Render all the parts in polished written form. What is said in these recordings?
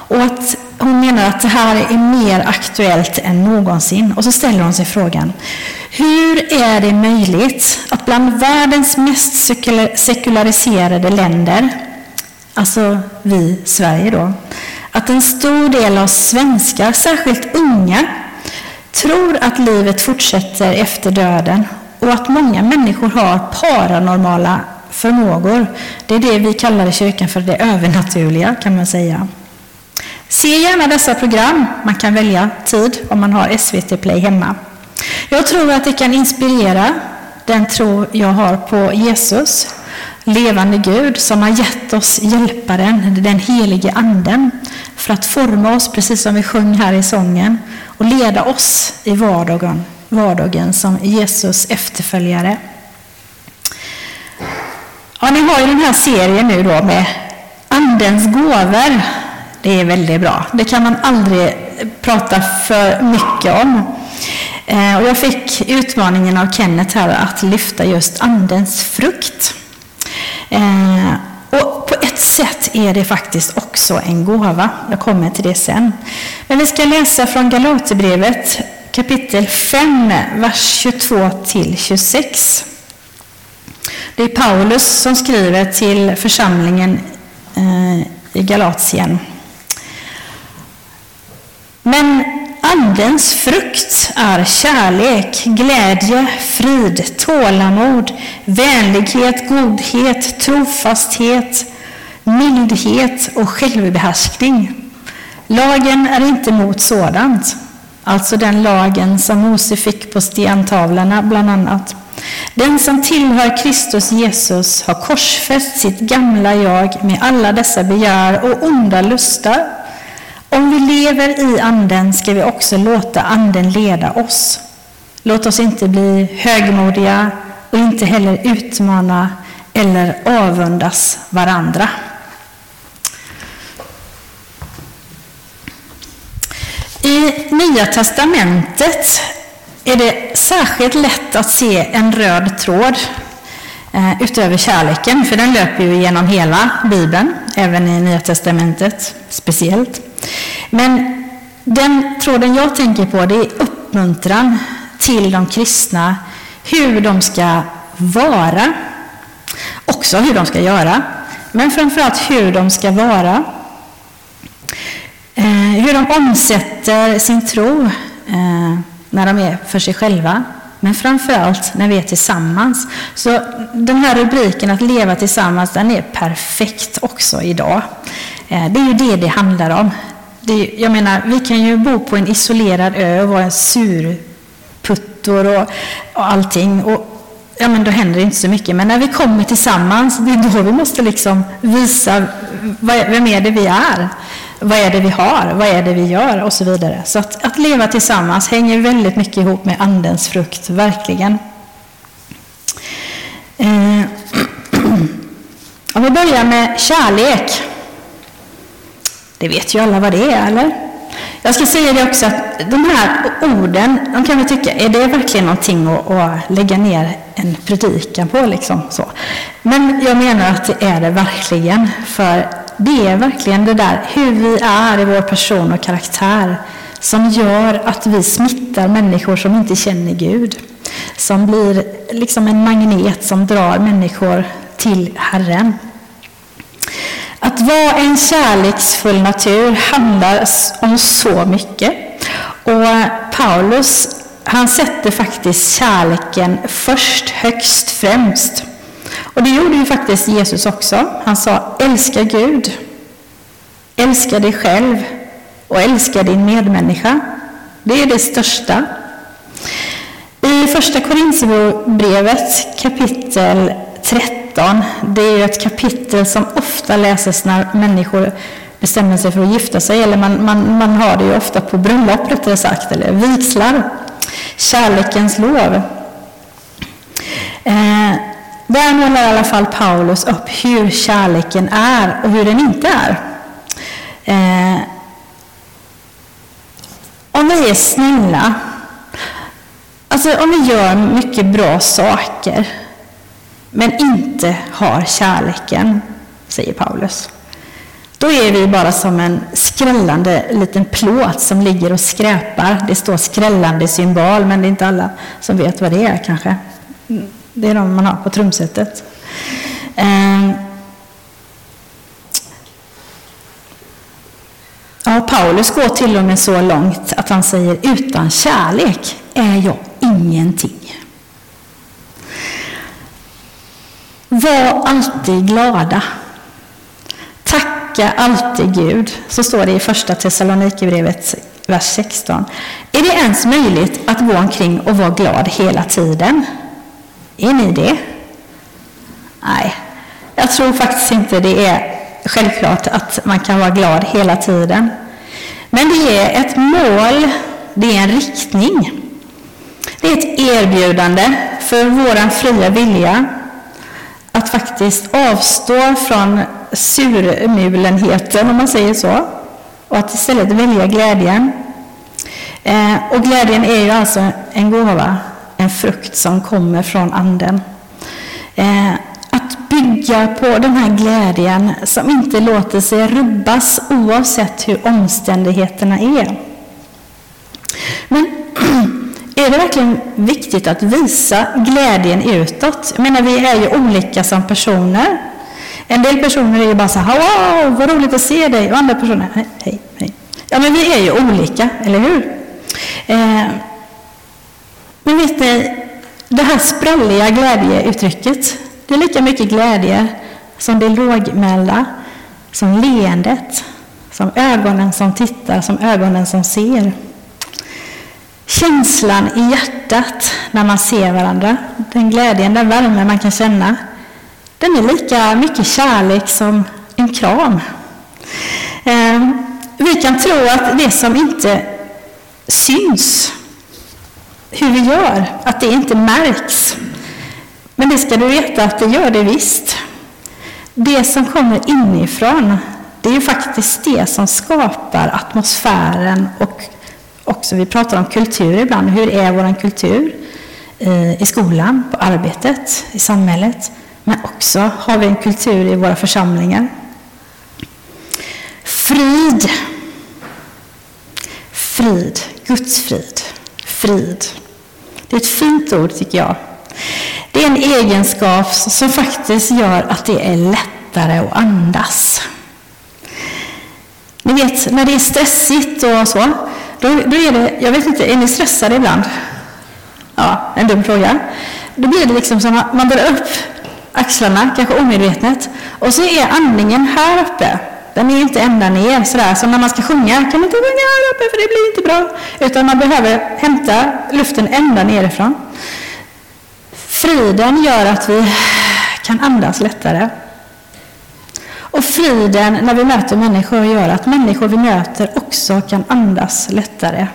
Och att hon menar att det här är mer aktuellt än någonsin. Och så ställer hon sig frågan: hur är det möjligt att bland världens mest sekulariserade länder, alltså vi, Sverige då, att en stor del av svenskar, särskilt unga, tror att livet fortsätter efter döden och att många människor har paranormala förmågor. Det är det vi kallar i kyrkan för det övernaturliga, kan man säga. Se gärna dessa program. Man kan välja tid om man har SVT Play hemma. Jag tror att det kan inspirera den tro jag har på Jesus, levande Gud, som har gett oss hjälparen, den helige anden, för att forma oss, precis som vi sjöng här i sången, och leda oss i vardagen som Jesus efterföljare. Ja, ni har ju den här serien nu då med andens gåvor. Det är väldigt bra. Det kan man aldrig prata för mycket om. Och jag fick utmaningen av Kenneth här att lyfta just andens frukt. Och på ett sätt är det faktiskt också en gåva. Jag kommer till det sen. Men vi ska läsa från Galaterbrevet kapitel 5, vers 22-26. Det är Paulus som skriver till församlingen i Galatien. Men andens frukt är kärlek, glädje, frid, tålamod, vänlighet, godhet, trofasthet, mildhet och självbehärskning. Lagen är inte mot sådant. Alltså den lagen som Mose fick på stentavlorna bland annat. Den som tillhör Kristus Jesus har korsfäst sitt gamla jag med alla dessa begär och onda lustar. Om vi lever i anden ska vi också låta anden leda oss. Låt oss inte bli högmodiga och inte heller utmana eller avundas varandra. I Nya testamentet är det särskilt lätt att se en röd tråd utöver kärleken, för den löper ju genom hela Bibeln, även i Nya testamentet speciellt. Men den tråden jag tänker på, det är uppmuntran till de kristna, hur de ska vara, också hur de ska göra, men framförallt hur de ska vara. Hur de omsätter sin tro när de är för sig själva, men framförallt när vi är tillsammans. Så den här rubriken att leva tillsammans, den är perfekt också idag. Det är ju det handlar om. Jag menar, vi kan ju bo på en isolerad ö och vara en surputtor och allting. Och ja, men då händer det inte så mycket. Men när vi kommer tillsammans, det är då vi måste liksom visa vem är det vi är. Vad är det vi har? Vad är det vi gör? Och så vidare. Så att leva tillsammans hänger väldigt mycket ihop med andens frukt, verkligen. Om vi börjar med kärlek. Det vet ju alla vad det är, eller? Jag ska säga det också, att de här orden, de kan vi tycka, är det verkligen någonting att lägga ner en predikan på liksom så. Men jag menar att det är det verkligen, för det är verkligen det där hur vi är i vår person och karaktär som gör att vi smittar människor som inte känner Gud. Som blir liksom en magnet som drar människor till Herren. Att vara en kärleksfull natur handlar om så mycket. Och Paulus, han sätter faktiskt kärleken först, högst främst. Och det gjorde ju faktiskt Jesus också. Han sa: älska Gud, älska dig själv och älska din medmänniska. Det är det största. I första Korinthierbrevet kapitel 13, det är ju ett kapitel som ofta läses när människor bestämmer sig för att gifta sig, eller man har det ju ofta på bröllop rättare sagt, eller vigslar. Kärlekens lov. Där målar i alla fall Paulus upp hur kärleken är och hur den inte är. Om vi är snälla, alltså om vi gör mycket bra saker men inte har kärleken, säger Paulus, då är vi bara som en skrällande liten plåt som ligger och skräpar. Det står skrällande symbol, men det är inte alla som vet vad det är kanske. Det är de man har på trumsetet. Ja, Paulus går till och med så långt att han säger: utan kärlek är jag ingenting. Var alltid glada. Tacka alltid Gud. Så står det i första Thessalonikerbrevet vers 16. Är det ens möjligt att gå omkring och vara glad hela tiden? Är ni det? Nej, jag tror faktiskt inte det är självklart att man kan vara glad hela tiden. Men det är ett mål, det är en riktning. Det är ett erbjudande för våran fria vilja att faktiskt avstå från surmulenheten, om man säger så, och att istället välja glädjen. Och glädjen är ju alltså en gåva, en frukt som kommer från anden. Att bygga på den här glädjen som inte låter sig rubbas oavsett hur omständigheterna är. Men är det verkligen viktigt att visa glädjen utåt? Jag menar, vi är ju olika som personer. En del personer är ju bara så här: wow, vad roligt att se dig. Och andra personer: hej, hej. Ja, men vi är ju olika, eller hur? Men vet ni, det här spralliga glädjeuttrycket, det är lika mycket glädje som det lågmälda, som leendet, som ögonen som tittar, som ögonen som ser. Känslan i hjärtat när man ser varandra, den glädjen, den värme man kan känna, den är lika mycket kärlek som en kram. Vi kan tro att det som inte syns, hur vi gör, att det inte märks. Men det ska du veta att det gör det visst. Det som kommer inifrån, det är ju faktiskt det som skapar atmosfären. Och också, vi pratar om kultur ibland. Hur är vår kultur i skolan, på arbetet, i samhället? Men också har vi en kultur i våra församlingar. Frid. Frid. Guds frid. Frid. Det är ett fint ord, tycker jag. Det är en egenskap som faktiskt gör att det är lättare att andas. Ni vet, när det är stressigt och så, då är det, jag vet inte, är ni stressade ibland? Ja, en dum fråga. Då blir det liksom som att man drar upp axlarna, kanske omedvetet, och så är andningen här uppe. Den är inte ända ner sådär, som när man ska sjunga kan man inte sjunga här uppe för det blir inte bra, utan man behöver hämta luften ända nerifrån. Friden gör att vi kan andas lättare. Och friden när vi möter människor gör att människor vi möter också kan andas lättare.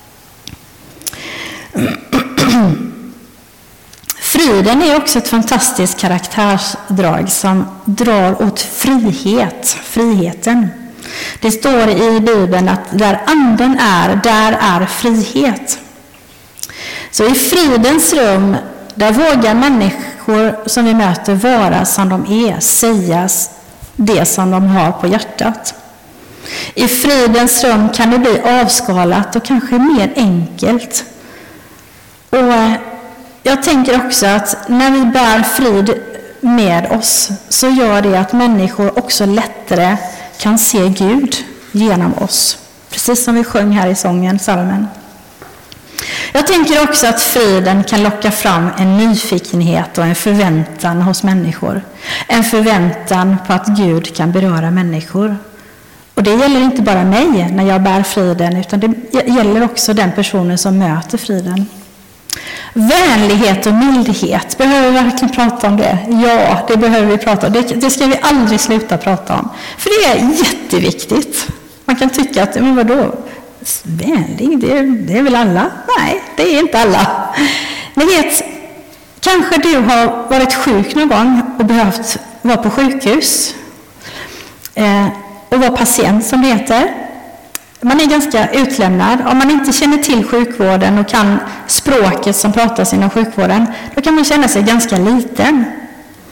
Friden är också ett fantastiskt karaktärsdrag som drar åt friheten. Det står i Bibeln att där anden är, där är frihet. Så i fridens rum, där vågar människor som vi möter vara som de är, sägas det som de har på hjärtat. I fridens rum kan det bli avskalat och kanske mer enkelt. Och jag tänker också att när vi bär frid med oss så gör det att människor också lättare kan se Gud genom oss. Precis som vi sjöng här i sången, salmen. Jag tänker också att friden kan locka fram en nyfikenhet och en förväntan hos människor. En förväntan på att Gud kan beröra människor. Och det gäller inte bara mig när jag bär friden, utan det gäller också den personen som möter friden. Vänlighet och mildhet, behöver vi verkligen prata om det? Ja, det behöver vi prata om. Det ska vi aldrig sluta prata om. För det är jätteviktigt. Man kan tycka att, men vadå? Vänlig, det är väl alla? Nej, det är inte alla. Ni vet, kanske du har varit sjuk någon gång och behövt vara på sjukhus och vara patient, som det heter. Man är ganska utlämnad. Om man inte känner till sjukvården och kan språket som pratas inom sjukvården, då kan man känna sig ganska liten.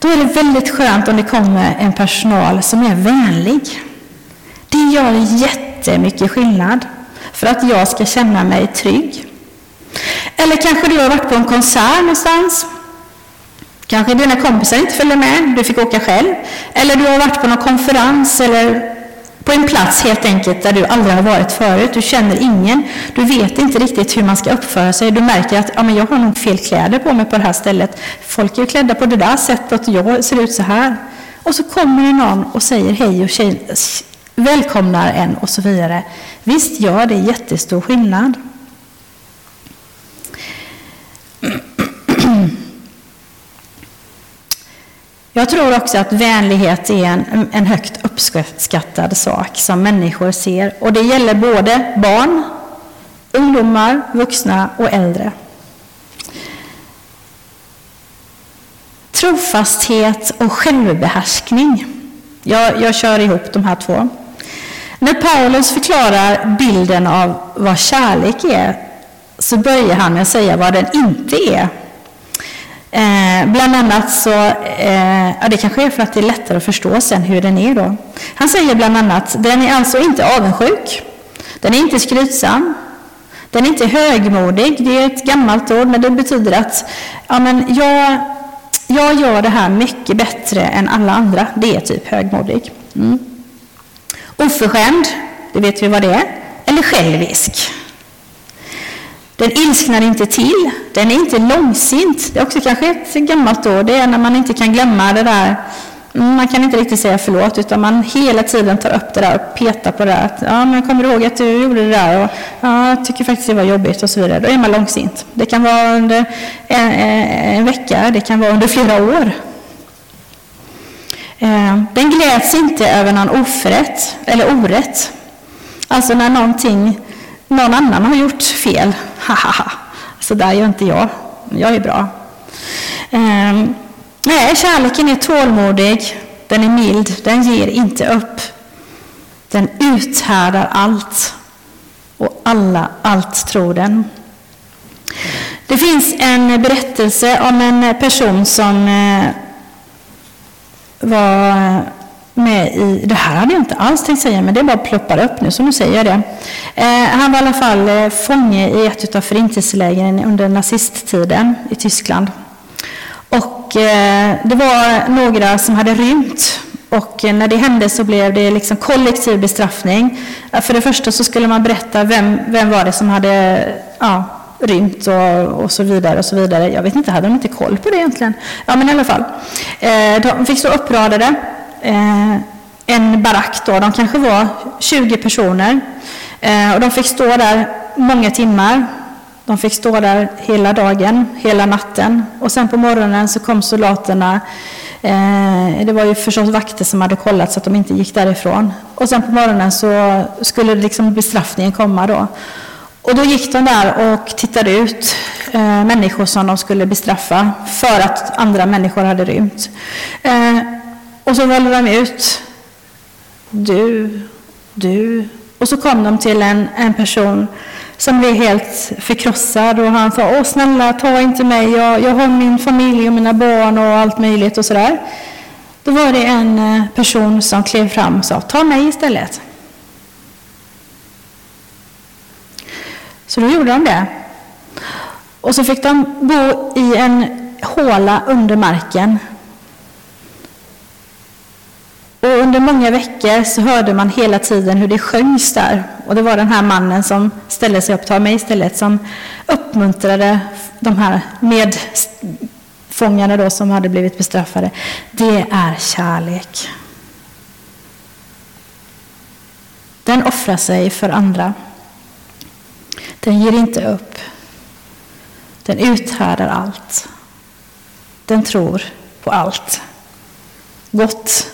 Då är det väldigt skönt om det kommer en personal som är vänlig. Det gör jättemycket skillnad för att jag ska känna mig trygg. Eller kanske du har varit på en konsert någonstans. Kanske dina kompisar inte följer med, du fick åka själv. Eller du har varit på någon konferens eller på en plats helt enkelt där du aldrig har varit förut. Du känner ingen, du vet inte riktigt hur man ska uppföra sig. Du märker att men jag har nog fel kläder på mig på det här stället. Folk är ju klädda på det där sättet och jag ser ut så här. Och så kommer det någon och säger hej och välkomnar en och så vidare. Visst gör det jättestor skillnad. Jag tror också att vänlighet är en högt uppskattad sak som människor ser. Och det gäller både barn, ungdomar, vuxna och äldre. Trofasthet och självbehärskning. Jag kör ihop de här två. När Paulus förklarar bilden av vad kärlek är så börjar han med att säga vad den inte är. Bland annat så, det kanske är för att det är lättare att förstå sen hur den är då. Han säger bland annat, den är alltså inte avundsjuk, den är inte skrytsam, den är inte högmodig, det är ett gammalt ord men det betyder att jag gör det här mycket bättre än alla andra, det är typ högmodig. Oförskämd, det vet vi vad det är, eller självisk. Den ilsknar inte till, den är inte långsint. Det är också kanske ett gammalt ord, det är när man inte kan glömma det där. Man kan inte riktigt säga förlåt utan man hela tiden tar upp det där och petar på det där. Att, men jag kommer ihåg att du gjorde det där och jag tycker faktiskt det var jobbigt och så vidare. Då är man långsint. Det kan vara under en vecka, det kan vara under flera år. Den gläds inte över någon oförrätt eller orätt. Alltså när någon annan har gjort fel. Hahaha. Så där gör inte jag. Jag är bra. Nej, kärleken är tålmodig. Den är mild. Den ger inte upp. Den uthärdar allt. Och allt tror den. Det finns en berättelse om en person som var med i, det här hade jag inte alls tänkt säga, men det bara ploppar upp nu, så nu säger jag det. Han var i alla fall fånge i ett av förintelselägren under nazisttiden i Tyskland. Och det var några som hade rymt. Och när det hände så blev det liksom kollektiv bestraffning. För det första så skulle man berätta vem var det som hade rymt och så vidare och så vidare. Jag vet inte, hade de inte koll på det egentligen? Ja, men i alla fall. De fick stå uppradade. En barack då, de kanske var 20 personer. Och de fick stå där många timmar. De fick stå där hela dagen, hela natten. Och sen på morgonen så kom soldaterna. Det var ju förstås vakter som hade kollat så att de inte gick därifrån. Och sen på morgonen så skulle liksom bestraffningen komma då. Och då gick de där och tittade ut människor som de skulle bestraffa för att andra människor hade rymt. Och så valde de ut du. Och så kom de till en person som blev helt förkrossad och han sa, åh snälla, ta inte mig, jag har min familj och mina barn och allt möjligt och sådär. Då var det en person som klev fram och sa, ta mig istället. Så då gjorde de det. Och så fick de bo i en håla under marken. Och under många veckor så hörde man hela tiden hur det sjöngs där. Och det var den här mannen som ställde sig upp, ta mig istället, som uppmuntrade de här medfångarna då som hade blivit bestraffade. Det är kärlek. Den offrar sig för andra. Den ger inte upp. Den uthärdar allt. Den tror på allt gott.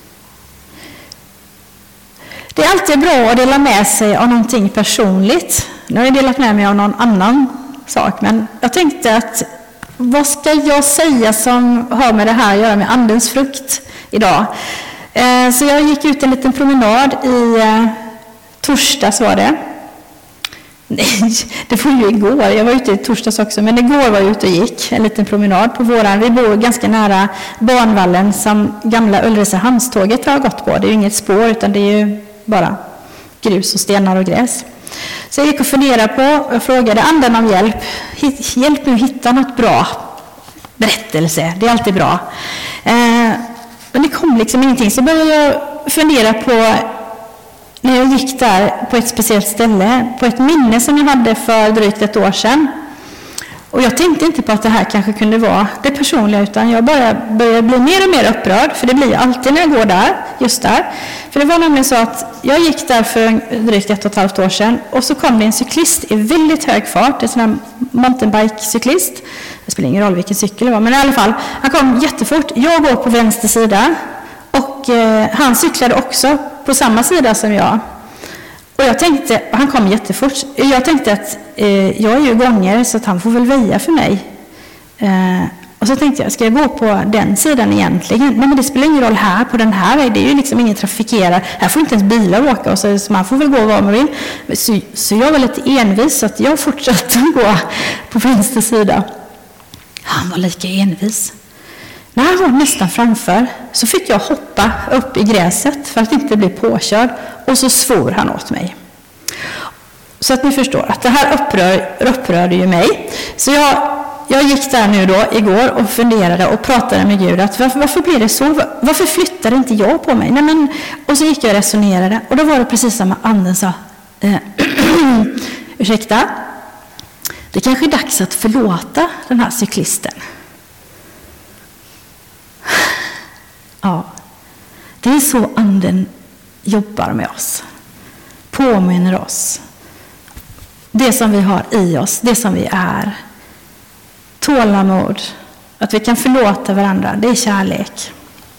Det är alltid bra att dela med sig av någonting personligt. Nu har jag delat med mig av någon annan sak, men jag tänkte att vad ska jag säga som har med det här att göra med andens frukt idag? Så jag gick ut en liten promenad i torsdags var det. Nej, det var ju igår. Jag var ute i torsdags också, men igår var jag ute och gick en liten promenad på våran. Vi bor ganska nära banvallen som gamla Ulricehamnståget har gått på. Det är ju inget spår, utan det är ju bara grus och stenar och gräs. Så jag gick och funderade på, och jag frågade anden om hjälp. Hjälp mig att hitta något bra berättelse. Det är alltid bra. Men det kom liksom ingenting. Så började jag fundera på, när jag gick där på ett speciellt ställe, på ett minne som jag hade för drygt ett år sedan. Och jag tänkte inte på att det här kanske kunde vara det personliga, utan jag bara började bli mer och mer upprörd, för det blir jag alltid när jag går där, just där. För det var nämligen så att jag gick där för drygt 1,5 år sedan, och så kom det en cyklist i väldigt hög fart, en sån här mountainbike-cyklist. Det spelar ingen roll vilken cykel det var, men i alla fall, han kom jättefort. Jag går på vänster sida, och han cyklade också på samma sida som jag. Och jag tänkte, han kom jättefort, jag tänkte att jag är ju gångare så att han får väl väja för mig. Och så tänkte jag, ska jag gå på den sidan egentligen? Nej, men det spelar ingen roll här, på den här vägen, det är ju liksom ingen trafikerad. Här får inte ens bilar åka, och så man får väl gå var man vill. Så jag var lite envis, så att jag fortsatte gå på vänster sida. Han var lika envis. När han var nästan framför så fick jag hoppa upp i gräset för att inte bli påkörd, och så svor han åt mig. Så att ni förstår att det här upprörde ju mig. Så jag gick där nu då igår och funderade och pratade med Gud att varför blir det så? Varför flyttade inte jag på mig? Nej, men, och så gick jag och resonerade, och då var det precis som anden sa, ursäkta, det kanske är dags att förlåta den här cyklisten. Ja, det är så anden jobbar med oss, påminner oss. Det som vi har i oss, det som vi är. Tålamod, att vi kan förlåta varandra, det är kärlek.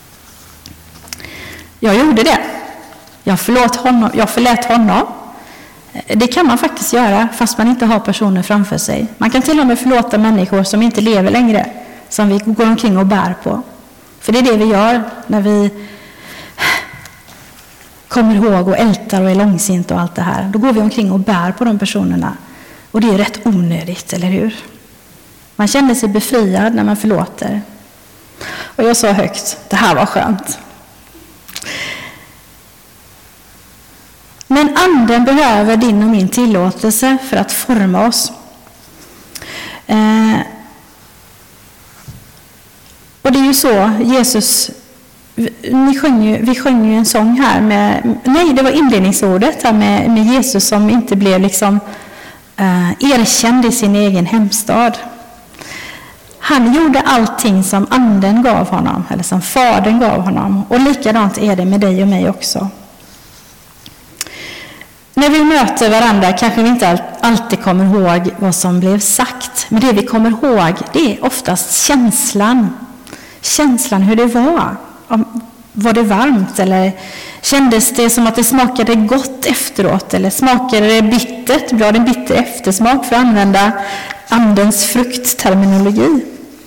Jag gjorde det. Jag förlät honom. Det kan man faktiskt göra fast man inte har personer framför sig. Man kan till och med förlåta människor som inte lever längre, som vi går omkring och bär på. För det är det vi gör när vi kommer ihåg och ältar och är långsint och allt det här. Då går vi omkring och bär på de personerna. Och det är rätt onödigt, eller hur? Man känner sig befriad när man förlåter. Och jag sa högt, det här var skönt. Men anden behöver din och min tillåtelse för att forma oss. Och det är ju så Jesus, vi sjöng ju en sång här det var inledningsordet här med Jesus som inte blev liksom erkänd i sin egen hemstad. Han gjorde allting som anden gav honom, eller som fadern gav honom, och likadant är det med dig och mig också. När vi möter varandra kanske vi inte alltid kommer ihåg vad som blev sagt, men det vi kommer ihåg, det är oftast känslan hur det var. Var det varmt, eller kändes det som att det smakade gott efteråt, eller smakade det bittert? Blev det en bitter eftersmak, för att använda andens fruktterminologi?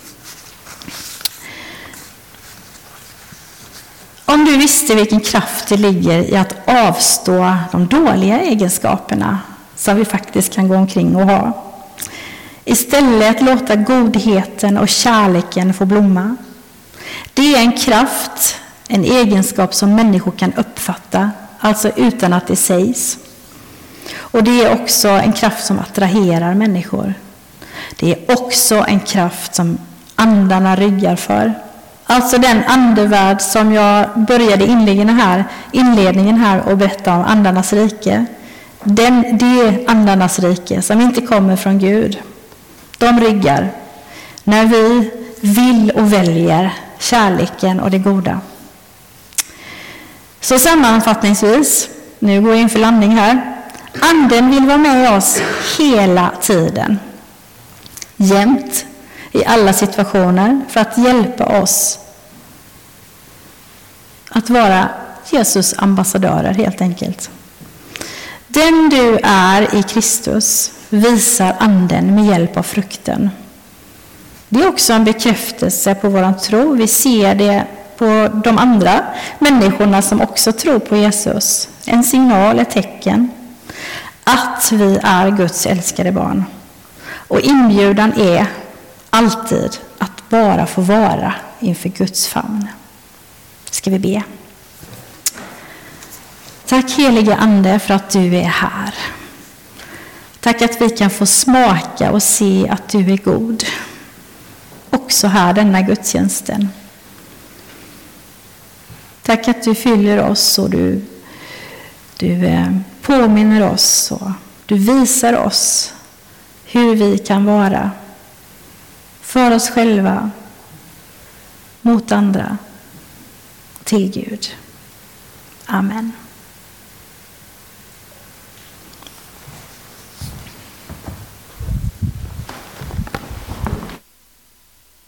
Om du visste vilken kraft det ligger i att avstå de dåliga egenskaperna som vi faktiskt kan gå omkring och ha. Istället låta godheten och kärleken få blomma. Det är en kraft, en egenskap som människor kan uppfatta, alltså utan att det sägs. Och det är också en kraft som attraherar människor. Det är också en kraft som andarna ryggar för. Alltså den andevärld som jag började inledningen här och berätta om, andarnas rike. Det andarnas rike som inte kommer från Gud. De ryggar när vi vill och väljer kärleken och det goda. Så sammanfattningsvis, nu går jag in för landning här. Anden vill vara med oss hela tiden. Jämt, i alla situationer, för att hjälpa oss att vara Jesus ambassadörer helt enkelt. Den du är i Kristus visar anden med hjälp av frukten. Det är också en bekräftelse på våran tro. Vi ser det på de andra människorna som också tror på Jesus. En signal, ett tecken. att vi är Guds älskade barn. Och inbjudan är alltid att bara få vara inför Guds famn. Ska vi be? Tack helige Ande för att du är här. Tack att vi kan få smaka och se att du är god. Också här denna gudstjänsten. Tack att du fyller oss och du påminner oss och du visar oss hur vi kan vara för oss själva, mot andra, till Gud. Amen.